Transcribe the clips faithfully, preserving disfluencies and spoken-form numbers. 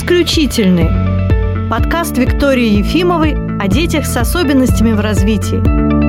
Исключительный. Подкаст Виктории Ефимовой о детях с особенностями в развитии.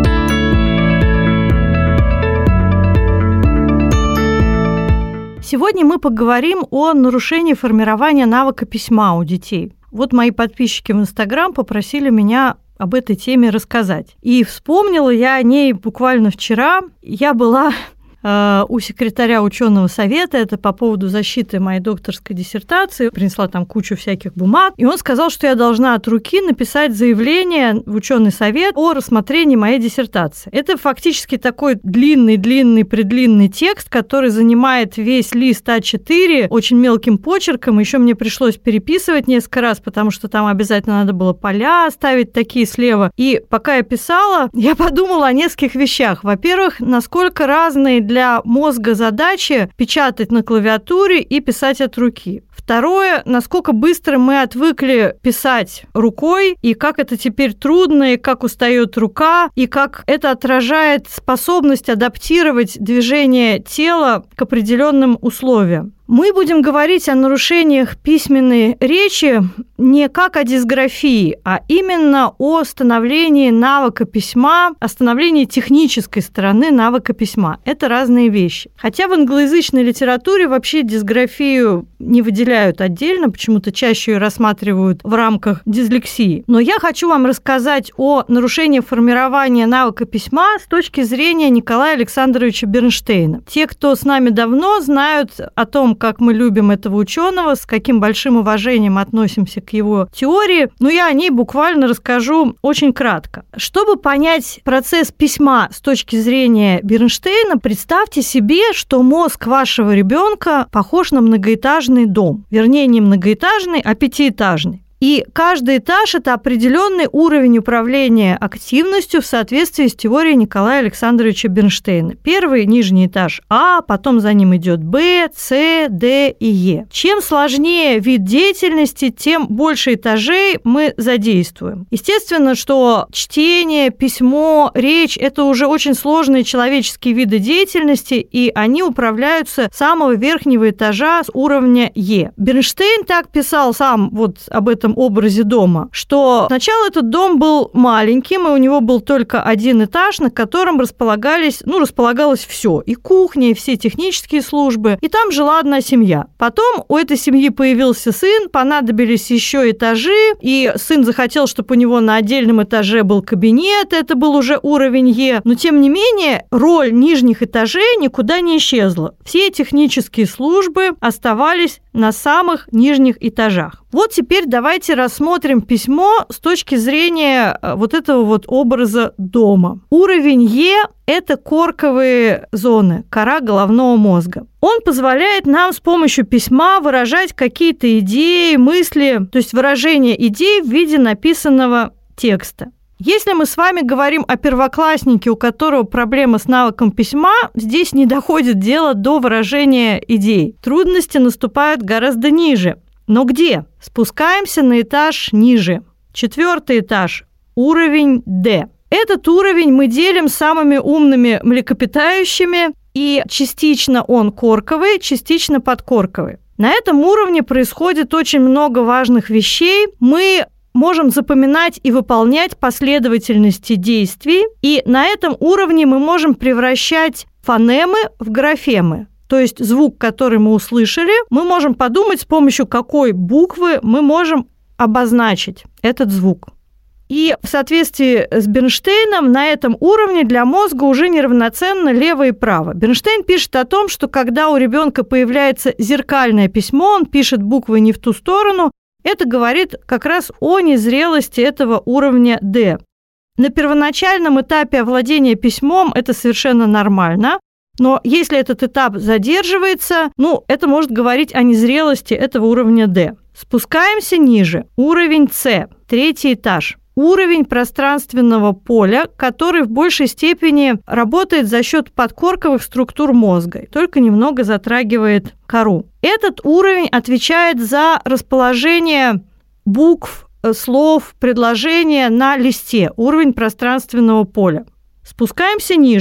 Сегодня мы поговорим о нарушении формирования навыка письма у детей. Вот мои подписчики в Инстаграм попросили меня об этой теме рассказать. И вспомнила я о ней буквально вчера. Я была э, у секретаря ученого совета, это по поводу защиты моей докторской диссертации, принесла там кучу всяких бумаг, и он сказал, что я должна от руки написать заявление в ученый совет о рассмотрении моей диссертации. Это фактически такой длинный-длинный, предлинный текст, который занимает весь лист а четыре очень мелким почерком, еще мне пришлось переписывать несколько раз, потому что там обязательно надо было поля ставить такие слева. И пока я писала, я подумала о нескольких вещах. Во-первых, насколько разные для мозга задачи печатать на клавиатуре и писать от руки. Второе, насколько быстро мы отвыкли писать рукой, и как это теперь трудно, и как устает рука, и как это отражает способность адаптировать движение тела к определенным условиям. Мы будем говорить о нарушениях письменной речи не как о дисграфии, а именно о становлении навыка письма, о становлении технической стороны навыка письма. Это разные вещи. Хотя в англоязычной литературе вообще дисграфию не выделяют отдельно, почему-то чаще ее рассматривают в рамках дислексии. Но я хочу вам рассказать о нарушении формирования навыка письма с точки зрения Николая Александровича Бернштейна. Те, кто с нами давно, знают о том, как мы любим этого ученого, с каким большим уважением относимся к его теории, но я о ней буквально расскажу очень кратко. Чтобы понять процесс письма с точки зрения Бернштейна, представьте себе, что мозг вашего ребенка похож на многоэтажный дом. Вернее, не многоэтажный, а пятиэтажный. И каждый этаж – это определенный уровень управления активностью в соответствии с теорией Николая Александровича Бернштейна. Первый нижний этаж А, потом за ним идет Б, С, Д и Е. Чем сложнее вид деятельности, тем больше этажей мы задействуем. Естественно, что чтение, письмо, речь – это уже очень сложные человеческие виды деятельности, и они управляются с самого верхнего этажа, с уровня Е. Бернштейн так писал сам вот об этом образе дома, что сначала этот дом был маленьким, и у него был только один этаж, на котором располагались, ну, располагалось все, и кухня, и все технические службы, и там жила одна семья. Потом у этой семьи появился сын, понадобились еще этажи, и сын захотел, чтобы у него на отдельном этаже был кабинет, это был уже уровень Е, но тем не менее роль нижних этажей никуда не исчезла. Все технические службы оставались на самых нижних этажах. Вот теперь давайте рассмотрим письмо с точки зрения вот этого вот образа дома. Уровень Е – это корковые зоны, кора головного мозга. Он позволяет нам с помощью письма выражать какие-то идеи, мысли, то есть выражение идей в виде написанного текста. Если мы с вами говорим о первокласснике, у которого проблема с навыком письма, здесь не доходит дело до выражения идей. Трудности наступают гораздо ниже. Но где? Спускаемся на этаж ниже. Четвертый этаж. Уровень Д. Этот уровень мы делим самыми умными млекопитающими, и частично он корковый, частично подкорковый. На этом уровне происходит очень много важных вещей. Мы можем запоминать и выполнять последовательности действий, и на этом уровне мы можем превращать фонемы в графемы. То есть звук, который мы услышали, мы можем подумать, с помощью какой буквы мы можем обозначить этот звук. И в соответствии с Бернштейном на этом уровне для мозга уже неравноценно лево и право. Бернштейн пишет о том, что когда у ребенка появляется зеркальное письмо, он пишет буквы не в ту сторону, это говорит как раз о незрелости этого уровня Д. На первоначальном этапе овладения письмом это совершенно нормально, но если этот этап задерживается, ну, это может говорить о незрелости этого уровня Д. Спускаемся ниже. Уровень С, третий этаж. Уровень пространственного поля, который в большей степени работает за счет подкорковых структур мозга, и только немного затрагивает кору. Этот уровень отвечает за расположение букв, слов, предложения на листе, уровень пространственного поля. Спускаемся ниже.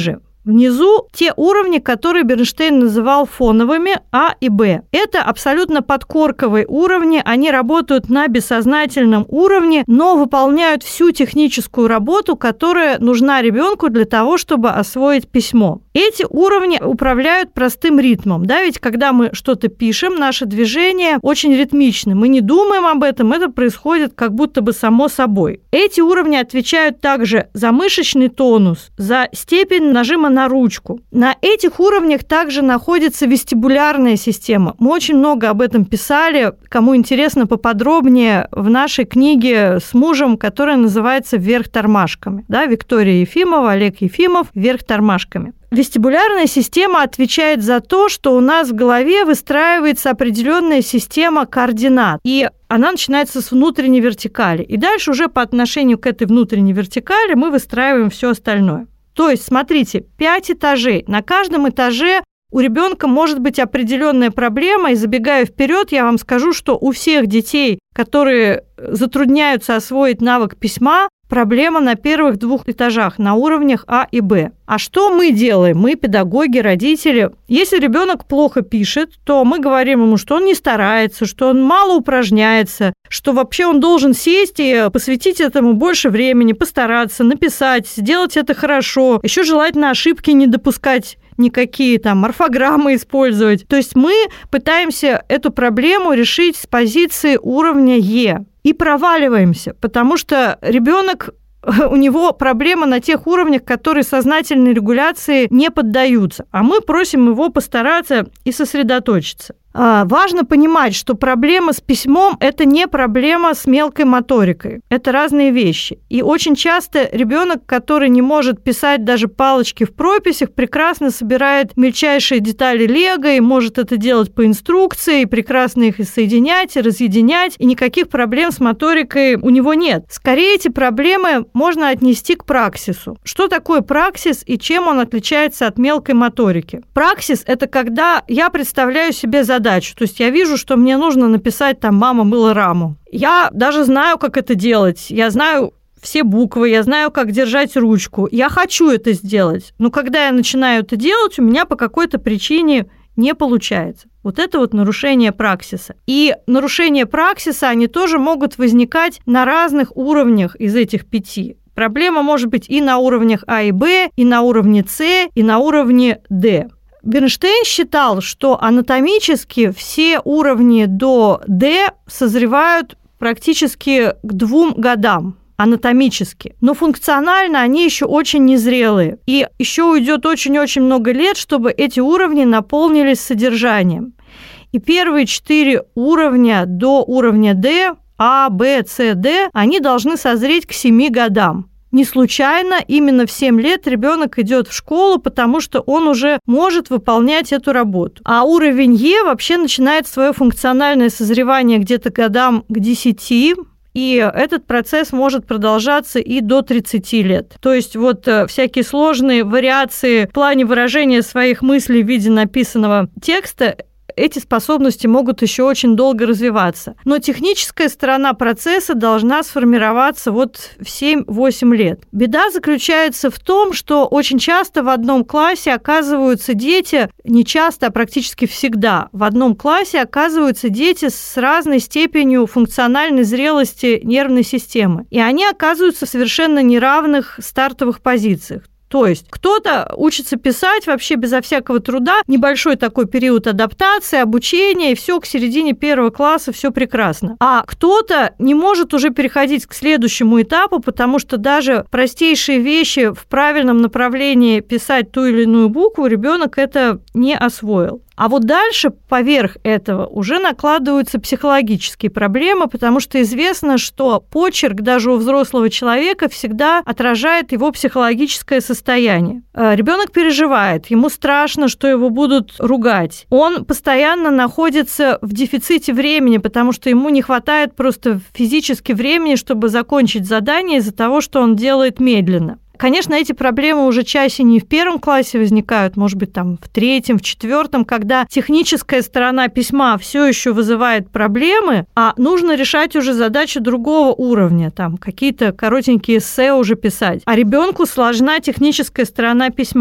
Внизу те уровни, которые Бернштейн называл фоновыми А и Б. Это абсолютно подкорковые уровни, они работают на бессознательном уровне, но выполняют всю техническую работу, которая нужна ребенку для того, чтобы освоить письмо. Эти уровни управляют простым ритмом, да, ведь когда мы что-то пишем, наше движение очень ритмичны, мы не думаем об этом, это происходит как будто бы само собой. Эти уровни отвечают также за мышечный тонус, за степень нажима на ручку. На этих уровнях также находится вестибулярная система. Мы очень много об этом писали, кому интересно поподробнее, в нашей книге с мужем, которая называется «Вверх тормашками». Да, Виктория Ефимова, Олег Ефимов «Вверх тормашками». Вестибулярная система отвечает за то, что у нас в голове выстраивается определенная система координат, и она начинается с внутренней вертикали. И дальше уже по отношению к этой внутренней вертикали мы выстраиваем все остальное. То есть, смотрите, пять этажей. На каждом этаже у ребенка может быть определенная проблема, и забегая вперед, я вам скажу, что у всех детей, которые затрудняются освоить навык письма, проблема на первых двух этажах, на уровнях А и Б. А что мы делаем? Мы, педагоги, родители. Если ребенок плохо пишет, то мы говорим ему, что он не старается, что он мало упражняется, что вообще он должен сесть и посвятить этому больше времени, постараться, написать, сделать это хорошо. Еще желательно ошибки не допускать никакие, там, орфограммы использовать. То есть мы пытаемся эту проблему решить с позиции уровня Е. И проваливаемся, потому что ребенок, у него проблема на тех уровнях, которые сознательной регуляции не поддаются, а мы просим его постараться и сосредоточиться. Важно понимать, что проблема с письмом – это не проблема с мелкой моторикой. Это разные вещи. И очень часто ребенок, который не может писать даже палочки в прописях, прекрасно собирает мельчайшие детали лего и может это делать по инструкции, и прекрасно их и соединять, и разъединять, и никаких проблем с моторикой у него нет. Скорее, эти проблемы можно отнести к праксису. Что такое праксис и чем он отличается от мелкой моторики? Праксис – это когда я представляю себе задачу. То есть я вижу, что мне нужно написать там «мама мыла раму». Я даже знаю, как это делать. Я знаю все буквы, я знаю, как держать ручку. Я хочу это сделать. Но когда я начинаю это делать, у меня по какой-то причине не получается. Вот это вот нарушение праксиса. И нарушения праксиса, они тоже могут возникать на разных уровнях из этих пяти. Проблема может быть и на уровнях А и Б, и на уровне С, и на уровне Д. Бернштейн считал, что анатомически все уровни до D созревают практически к двум годам анатомически, но функционально они еще очень незрелые. И еще уйдет очень-очень много лет, чтобы эти уровни наполнились содержанием. И первые четыре уровня до уровня D, А, Б, С, Д, они должны созреть к семи годам. Не случайно именно в семь лет ребенок идет в школу, потому что он уже может выполнять эту работу. А уровень Е вообще начинает свое функциональное созревание где-то годам к десяти, и этот процесс может продолжаться и до тридцати лет. То есть вот всякие сложные вариации в плане выражения своих мыслей в виде написанного текста, эти способности могут еще очень долго развиваться. Но техническая сторона процесса должна сформироваться вот в семь-восемь лет. Беда заключается в том, что очень часто в одном классе оказываются дети, не часто, а практически всегда, в одном классе оказываются дети с разной степенью функциональной зрелости нервной системы. И они оказываются в совершенно неравных стартовых позициях. То есть кто-то учится писать вообще безо всякого труда, небольшой такой период адаптации, обучения, и все к середине первого класса, все прекрасно. А кто-то не может уже переходить к следующему этапу, потому что даже простейшие вещи в правильном направлении писать ту или иную букву ребенок это не освоил. А вот дальше, поверх этого, уже накладываются психологические проблемы, потому что известно, что почерк даже у взрослого человека всегда отражает его психологическое состояние. Ребенок переживает, ему страшно, что его будут ругать. Он постоянно находится в дефиците времени, потому что ему не хватает просто физически времени, чтобы закончить задание из-за того, что он делает медленно. Конечно, эти проблемы уже чаще не в первом классе возникают, может быть, там в третьем, в четвертом, когда техническая сторона письма все еще вызывает проблемы, а нужно решать уже задачи другого уровня, там какие-то коротенькие эссе уже писать. А ребенку сложна техническая сторона письма.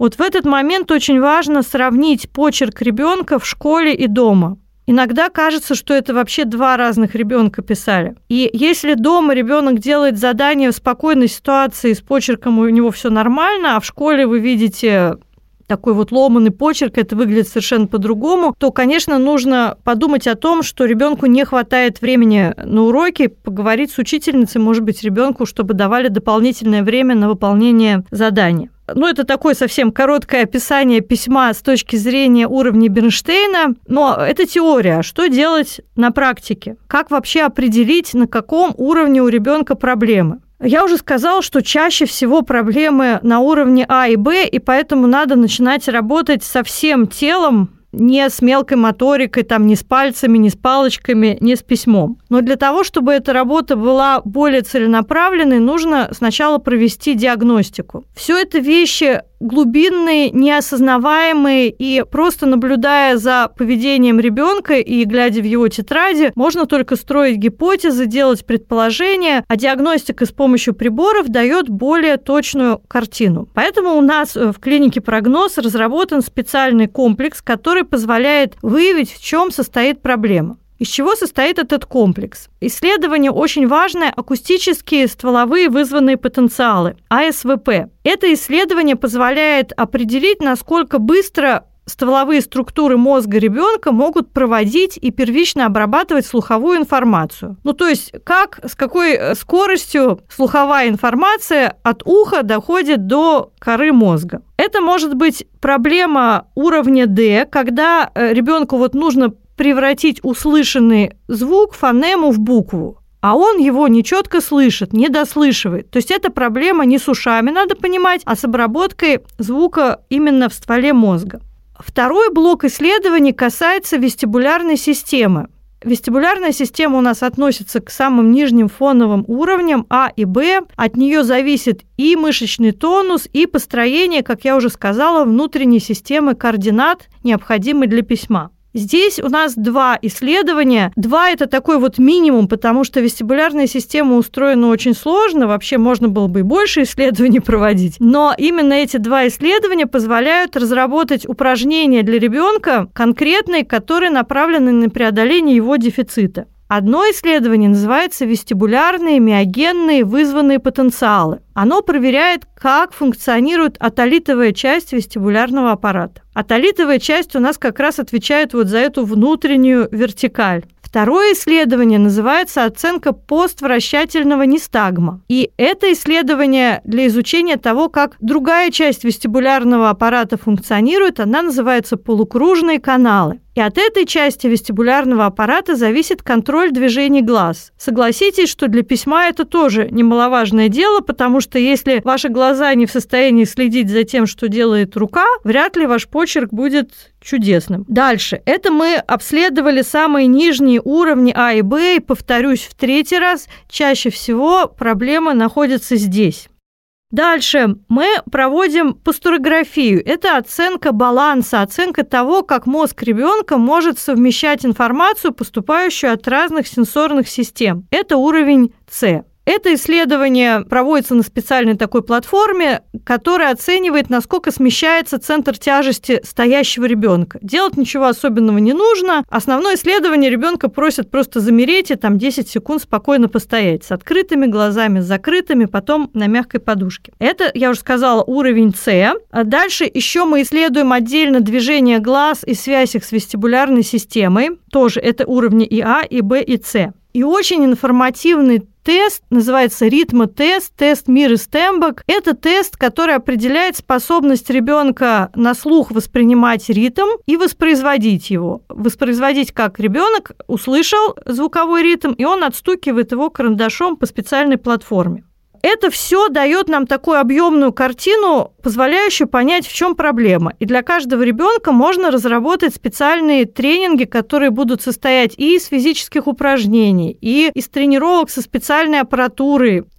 Вот в этот момент очень важно сравнить почерк ребенка в школе и дома. Иногда кажется, что это вообще два разных ребенка писали. И если дома ребенок делает задание в спокойной ситуации, с почерком у него все нормально, а в школе вы видите такой вот ломаный почерк, это выглядит совершенно по-другому, то, конечно, нужно подумать о том, что ребенку не хватает времени на уроки, поговорить с учительницей, может быть, ребенку, чтобы давали дополнительное время на выполнение задания. Ну, это такое совсем короткое описание письма с точки зрения уровня Бернштейна, но это теория. Что делать на практике? Как вообще определить, на каком уровне у ребенка проблемы? Я уже сказала, что чаще всего проблемы на уровне А и Б, и поэтому надо начинать работать со всем телом, не с мелкой моторикой, там, не с пальцами, не с палочками, не с письмом. Но для того, чтобы эта работа была более целенаправленной, нужно сначала провести диагностику. Все это вещи глубинные, неосознаваемые, и просто наблюдая за поведением ребенка и глядя в его тетради, можно только строить гипотезы, делать предположения, а диагностика с помощью приборов дает более точную картину. Поэтому у нас в клинике «Прогноз» разработан специальный комплекс, который позволяет выявить, в чем состоит проблема. Из чего состоит этот комплекс? Исследование очень важное – акустические стволовые вызванные потенциалы, А С В П. Это исследование позволяет определить, насколько быстро стволовые структуры мозга ребенка могут проводить и первично обрабатывать слуховую информацию. Ну, то есть, как, с какой скоростью слуховая информация от уха доходит до коры мозга. Это может быть проблема уровня Д, когда ребенку вот нужно превратить услышанный звук, фонему, в букву, а он его нечетко слышит, не дослышивает. То есть это проблема не с ушами, надо понимать, а с обработкой звука именно в стволе мозга. Второй блок исследований касается вестибулярной системы. Вестибулярная система у нас относится к самым нижним фоновым уровням А и Б. От нее зависит и мышечный тонус, и построение, как я уже сказала, внутренней системы координат, необходимой для письма. Здесь у нас два исследования. Два – это такой вот минимум, потому что вестибулярная система устроена очень сложно. Вообще можно было бы и больше исследований проводить. Но именно эти два исследования позволяют разработать упражнения для ребенка конкретные, которые направлены на преодоление его дефицита. Одно исследование называется «Вестибулярные миогенные вызванные потенциалы». Оно проверяет, как функционирует отолитовая часть вестибулярного аппарата. Отолитовая часть у нас как раз отвечает вот за эту внутреннюю вертикаль. Второе исследование называется «Оценка поствращательного нистагма». И это исследование для изучения того, как другая часть вестибулярного аппарата функционирует, она называется «полукружные каналы». И от этой части вестибулярного аппарата зависит контроль движений глаз. Согласитесь, что для письма это тоже немаловажное дело, потому что если ваши глаза не в состоянии следить за тем, что делает рука, вряд ли ваш почерк будет чудесным. Дальше. Это мы обследовали самые нижние уровни А и Б, и, повторюсь в третий раз, чаще всего проблемы находятся здесь. Дальше мы проводим пасторографию. Это оценка баланса, оценка того, как мозг ребенка может совмещать информацию, поступающую от разных сенсорных систем. Это уровень С. Это исследование проводится на специальной такой платформе, которая оценивает, насколько смещается центр тяжести стоящего ребенка. Делать ничего особенного не нужно. Основное исследование ребенка просят просто замереть и там десять секунд спокойно постоять с открытыми глазами, с закрытыми, потом на мягкой подушке. Это, я уже сказала, уровень С. А дальше еще мы исследуем отдельно движение глаз и связь их с вестибулярной системой. Тоже это уровни и А, и Б, и С. И очень информативный тест, называется ритмотест, тест Миры-Стембек. Это тест, который определяет способность ребенка на слух воспринимать ритм и воспроизводить его. Воспроизводить, как ребенок услышал звуковой ритм, и он отстукивает его карандашом по специальной платформе. Это все дает нам такую объемную картину, позволяющую понять, в чем проблема. И для каждого ребенка можно разработать специальные тренинги, которые будут состоять и из физических упражнений, и из тренировок со специальной аппаратурой.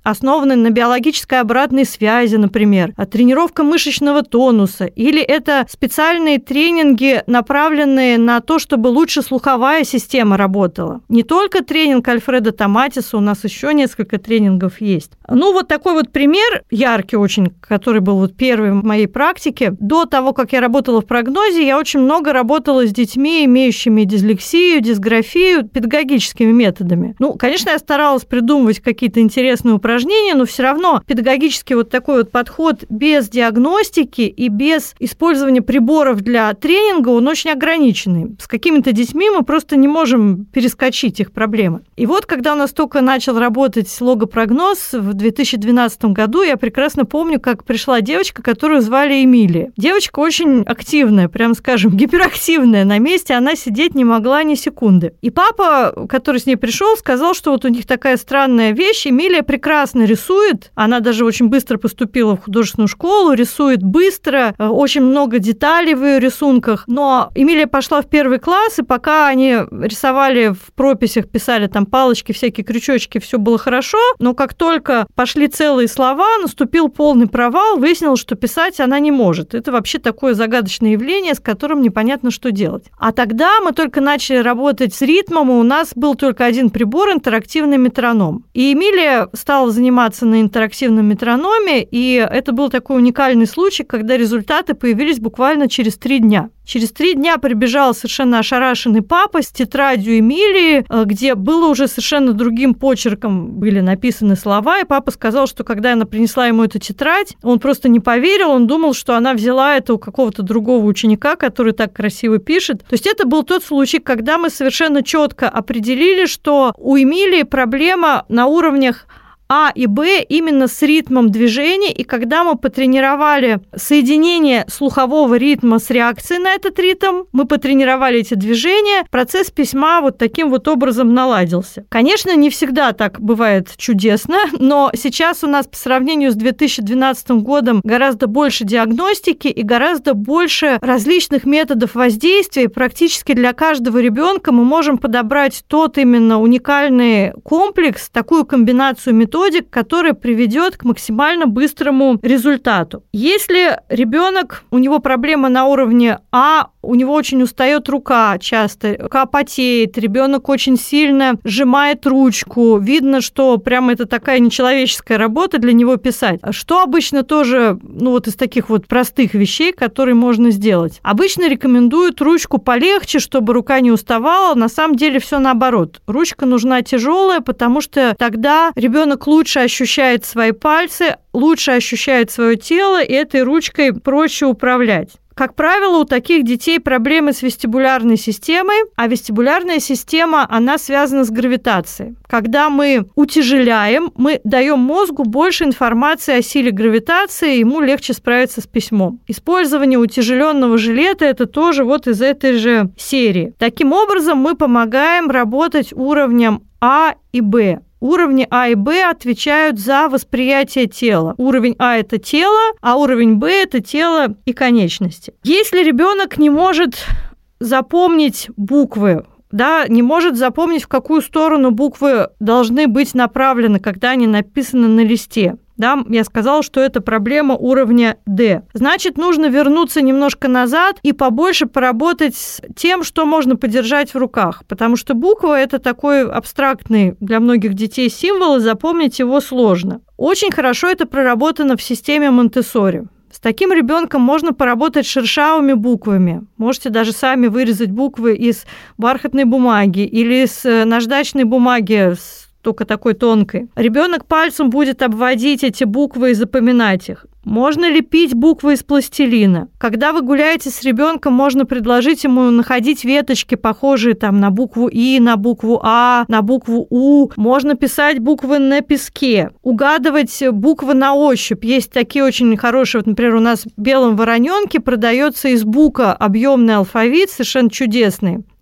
основанные на биологической обратной связи, например, тренировка мышечного тонуса, или это специальные тренинги, направленные на то, чтобы лучше слуховая система работала. Не только тренинг Альфредо Томатиса, у нас еще несколько тренингов есть. Ну, вот такой вот пример, яркий очень, который был вот первый в моей практике. До того, как я работала в прогнозе, я очень много работала с детьми, имеющими дислексию, дисграфию, педагогическими методами. Ну, конечно, я старалась придумывать какие-то интересные упражнения, но все равно педагогический вот такой вот подход без диагностики и без использования приборов для тренинга, он очень ограниченный. С какими-то детьми мы просто не можем перескочить их проблемы. И вот, когда у нас только начал работать логопрогноз в две тысячи двенадцатом году, я прекрасно помню, как пришла девочка, которую звали Эмилия. Девочка очень активная, прям скажем, гиперактивная. На месте она сидеть не могла ни секунды. И папа, который с ней пришел, сказал, что вот у них такая странная вещь. Эмилия прекрасно рисует. Она даже очень быстро поступила в художественную школу, рисует быстро, очень много деталей в ее рисунках. Но Эмилия пошла в первый класс, и пока они рисовали в прописях, писали там палочки, всякие крючочки, все было хорошо. Но как только пошли целые слова, наступил полный провал, выяснилось, что писать она не может. Это вообще такое загадочное явление, с которым непонятно, что делать. А тогда мы только начали работать с ритмом, и у нас был только один прибор – интерактивный метроном. И Эмилия стала заниматься на интерактивном метрономе, и это был такой уникальный случай, когда результаты появились буквально через три дня. Через три дня прибежал совершенно ошарашенный папа с тетрадью Эмилии, где было уже совершенно другим почерком были написаны слова, и папа сказал, что когда она принесла ему эту тетрадь, он просто не поверил, он думал, что она взяла это у какого-то другого ученика, который так красиво пишет. То есть это был тот случай, когда мы совершенно четко определили, что у Эмилии проблема на уровнях А и Б именно с ритмом движения, и когда мы потренировали соединение слухового ритма с реакцией на этот ритм, мы потренировали эти движения, процесс письма вот таким вот образом наладился. Конечно, не всегда так бывает чудесно, но сейчас у нас по сравнению с две тысячи двенадцатым годом гораздо больше диагностики и гораздо больше различных методов воздействия. Практически для каждого ребенка мы можем подобрать тот именно уникальный комплекс, такую комбинацию методик, который приведет к максимально быстрому результату. Если ребенок, у него проблема на уровне А, у него очень устает рука часто, рука потеет, ребенок очень сильно сжимает ручку, видно, что прямо это такая нечеловеческая работа для него писать. Что обычно тоже, ну вот из таких вот простых вещей, которые можно сделать. Обычно рекомендуют ручку полегче, чтобы рука не уставала. На самом деле все наоборот. Ручка нужна тяжелая, потому что тогда ребенок лучше ощущает свои пальцы, лучше ощущает свое тело, и этой ручкой проще управлять. Как правило, у таких детей проблемы с вестибулярной системой, а вестибулярная система, она связана с гравитацией. Когда мы утяжеляем, мы даем мозгу больше информации о силе гравитации, ему легче справиться с письмом. Использование утяжеленного жилета – это тоже вот из этой же серии. Таким образом, мы помогаем работать уровнем А и Б. Уровни А и Б отвечают за восприятие тела. Уровень А – это тело, а уровень Б – это тело и конечности. Если ребенок не может запомнить буквы, да, не может запомнить, в какую сторону буквы должны быть направлены, когда они написаны на листе, да, я сказала, что это проблема уровня D. Значит, нужно вернуться немножко назад и побольше поработать с тем, что можно подержать в руках, потому что буква – это такой абстрактный для многих детей символ, и запомнить его сложно. Очень хорошо это проработано в системе Монтессори. С таким ребенком можно поработать шершавыми буквами. Можете даже сами вырезать буквы из бархатной бумаги или из наждачной бумаги, только такой тонкой. Ребенок пальцем будет обводить эти буквы и запоминать их. Можно лепить буквы из пластилина. Когда вы гуляете с ребенком, можно предложить ему находить веточки, похожие там на букву И, на букву А, на букву У. Можно писать буквы на песке, угадывать буквы на ощупь. Есть такие очень хорошие, вот, например, у нас в белом вороненке продается из бука объемный алфавит, совершенно чудесный.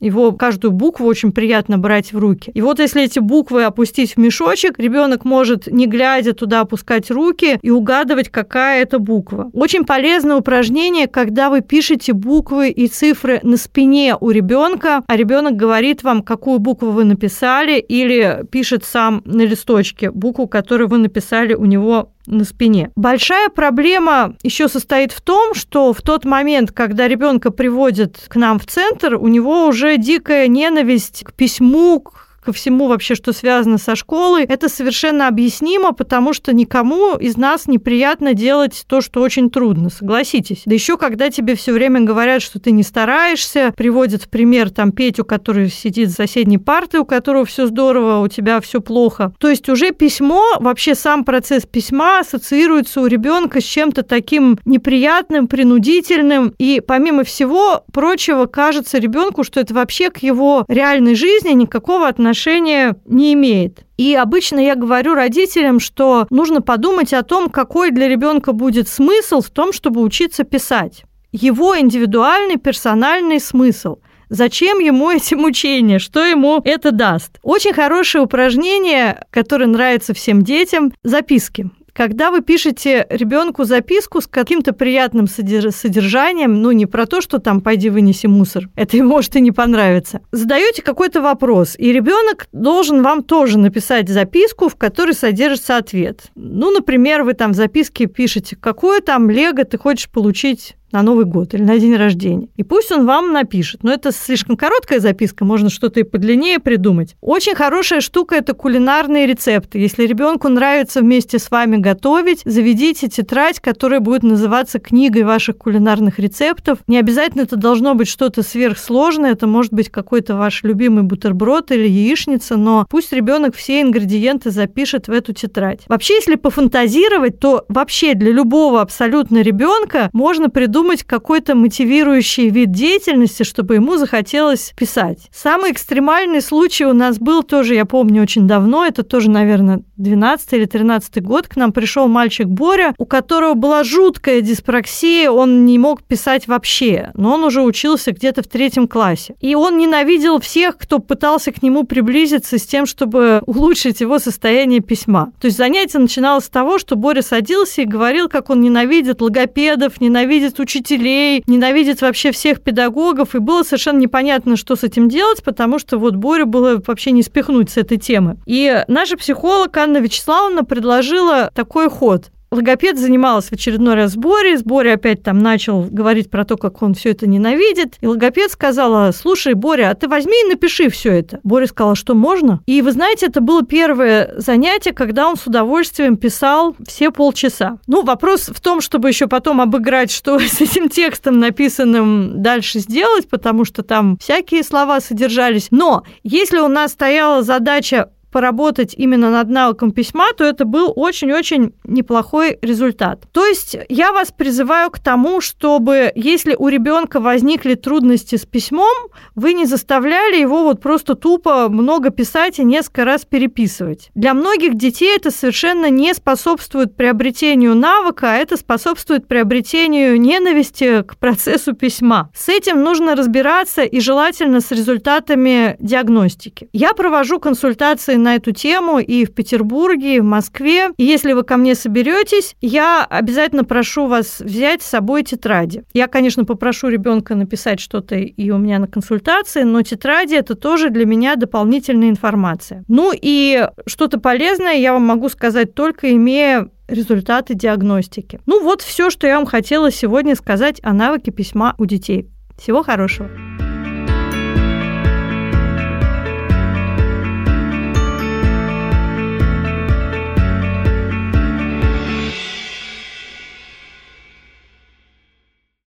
Его каждую букву очень приятно брать в руки. И вот если эти буквы опустить в мешочек, ребенок может, не глядя туда, опускать руки и угадывать, какая это буква. Очень полезное упражнение, когда вы пишете буквы и цифры на спине у ребенка, а ребенок говорит вам, какую букву вы написали, или пишет сам на листочке букву, которую вы написали у него на спине. Большая проблема еще состоит в том, что в тот момент, когда ребенка приводят к нам в центр, у него уже дикая ненависть к письму, ко всему вообще, что связано со школой. Это совершенно объяснимо, потому что никому из нас неприятно делать то, что очень трудно, согласитесь. Да еще когда тебе все время говорят, что ты не стараешься, приводят в пример там Петю, который сидит за соседней партой, у которого все здорово, у тебя все плохо. То есть уже письмо, вообще сам процесс письма ассоциируется у ребенка с чем-то таким неприятным, принудительным, и помимо всего прочего кажется ребенку, что это вообще к его реальной жизни никакого отношения отношения не имеет. И обычно я говорю родителям, что нужно подумать о том, какой для ребенка будет смысл в том, чтобы учиться писать. Его индивидуальный, персональный смысл. Зачем ему эти мучения? Что ему это даст? Очень хорошее упражнение, которое нравится всем детям – записки. Когда вы пишете ребенку записку с каким-то приятным содержанием, ну не про то, что там «пойди вынеси мусор», это ему может и не понравится, задаете какой-то вопрос, и ребенок должен вам тоже написать записку, в которой содержится ответ. Ну, например, вы там в записке пишете, какое там лего ты хочешь получить на Новый год или на день рождения. И пусть он вам напишет. Но это слишком короткая записка, можно что-то и подлиннее придумать. Очень хорошая штука – это кулинарные рецепты. Если ребенку нравится вместе с вами готовить, заведите тетрадь, которая будет называться книгой ваших кулинарных рецептов. Не обязательно это должно быть что-то сверхсложное, это может быть какой-то ваш любимый бутерброд или яичница, но пусть ребенок все ингредиенты запишет в эту тетрадь. Вообще, если пофантазировать, то вообще для любого абсолютно ребенка можно придумать какой-то мотивирующий вид деятельности, чтобы ему захотелось писать. Самый экстремальный случай у нас был тоже, я помню, очень давно, это тоже, наверное, двенадцатый или тринадцатый год, к нам пришел мальчик Боря, у которого была жуткая диспраксия, он не мог писать вообще, но он уже учился где-то в третьем классе. И он ненавидел всех, кто пытался к нему приблизиться с тем, чтобы улучшить его состояние письма. То есть занятие начиналось с того, что Боря садился и говорил, как он ненавидит логопедов, ненавидит учителей, ненавидит вообще всех педагогов, и было совершенно непонятно, что с этим делать, потому что вот Борю было вообще не спихнуть с этой темы. И наша психолог Анна Вячеславовна предложила такой ход. Логопед занималась в очередной раз с Борей, с Борей опять там начал говорить про то, как он все это ненавидит, и логопед сказала: слушай, Боря, а ты возьми и напиши все это. Боря сказал, что можно. И вы знаете, это было первое занятие, когда он с удовольствием писал все полчаса. Ну, вопрос в том, чтобы еще потом обыграть, что с этим текстом написанным дальше сделать, потому что там всякие слова содержались. Но если у нас стояла задача поработать именно над навыком письма, то это был очень-очень неплохой результат. То есть я вас призываю к тому, чтобы, если у ребенка возникли трудности с письмом, вы не заставляли его вот просто тупо много писать и несколько раз переписывать. Для многих детей это совершенно не способствует приобретению навыка, а это способствует приобретению ненависти к процессу письма. С этим нужно разбираться и желательно с результатами диагностики. Я провожу консультации на эту тему и в Петербурге, и в Москве. И если вы ко мне соберетесь, я обязательно прошу вас взять с собой тетради. Я, конечно, попрошу ребенка написать что-то и у меня на консультации, но тетради – это тоже для меня дополнительная информация. Ну и что-то полезное я вам могу сказать, только имея результаты диагностики. Ну вот все, что я вам хотела сегодня сказать о навыке письма у детей. Всего хорошего.